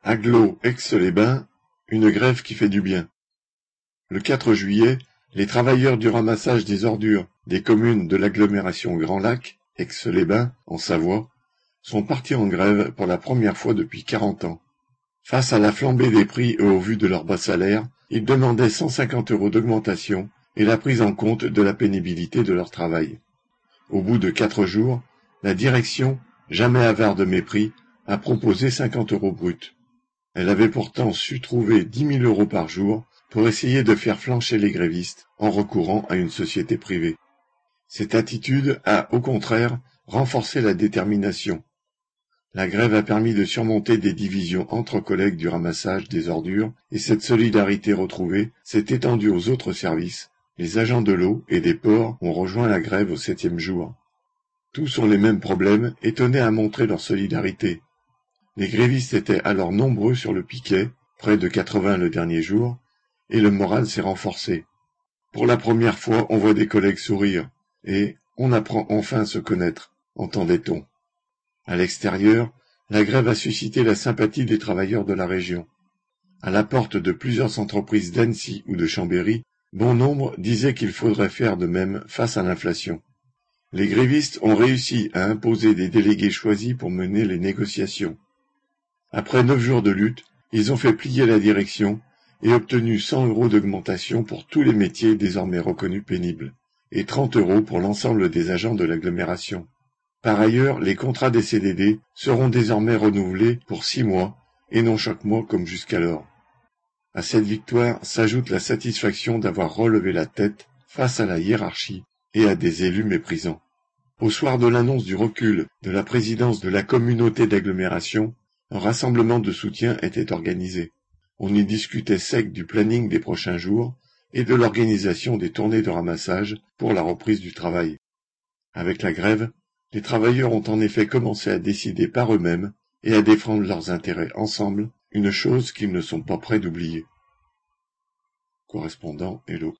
Agglo Aix-les-Bains, une grève qui fait du bien. Le 4 juillet, les travailleurs du ramassage des ordures des communes de l'agglomération Grand Lac, Aix-les-Bains, en Savoie, sont partis en grève pour la première fois depuis 40 ans. Face à la flambée des prix et au vu de leur bas salaire, ils demandaient 150 € d'augmentation et la prise en compte de la pénibilité de leur travail. Au bout de 4 jours, la direction, jamais avare de mépris, a proposé 50 € bruts. Elle avait pourtant su trouver 10 000 € par jour pour essayer de faire flancher les grévistes en recourant à une société privée. Cette attitude a, au contraire, renforcé la détermination. La grève a permis de surmonter des divisions entre collègues du ramassage des ordures et cette solidarité retrouvée s'est étendue aux autres services. Les agents de l'eau et des ports ont rejoint la grève au 7e jour. Tous ont les mêmes problèmes et tenaient à montrer leur solidarité. Les grévistes étaient alors nombreux sur le piquet, près de 80 le dernier jour, et le moral s'est renforcé. Pour la première fois, on voit des collègues sourire, et on apprend enfin à se connaître, entendait-on. À l'extérieur, la grève a suscité la sympathie des travailleurs de la région. À la porte de plusieurs entreprises d'Annecy ou de Chambéry, bon nombre disaient qu'il faudrait faire de même face à l'inflation. Les grévistes ont réussi à imposer des délégués choisis pour mener les négociations. Après 9 jours de lutte, ils ont fait plier la direction et obtenu 100 € d'augmentation pour tous les métiers désormais reconnus pénibles, et 30 € pour l'ensemble des agents de l'agglomération. Par ailleurs, les contrats des CDD seront désormais renouvelés pour 6 mois et non chaque mois comme jusqu'alors. À cette victoire s'ajoute la satisfaction d'avoir relevé la tête face à la hiérarchie et à des élus méprisants. Au soir de l'annonce du recul de la présidence de la communauté d'agglomération, un rassemblement de soutien était organisé. On y discutait sec du planning des prochains jours et de l'organisation des tournées de ramassage pour la reprise du travail. Avec la grève, les travailleurs ont en effet commencé à décider par eux-mêmes et à défendre leurs intérêts ensemble, une chose qu'ils ne sont pas prêts d'oublier. Correspondant Hello.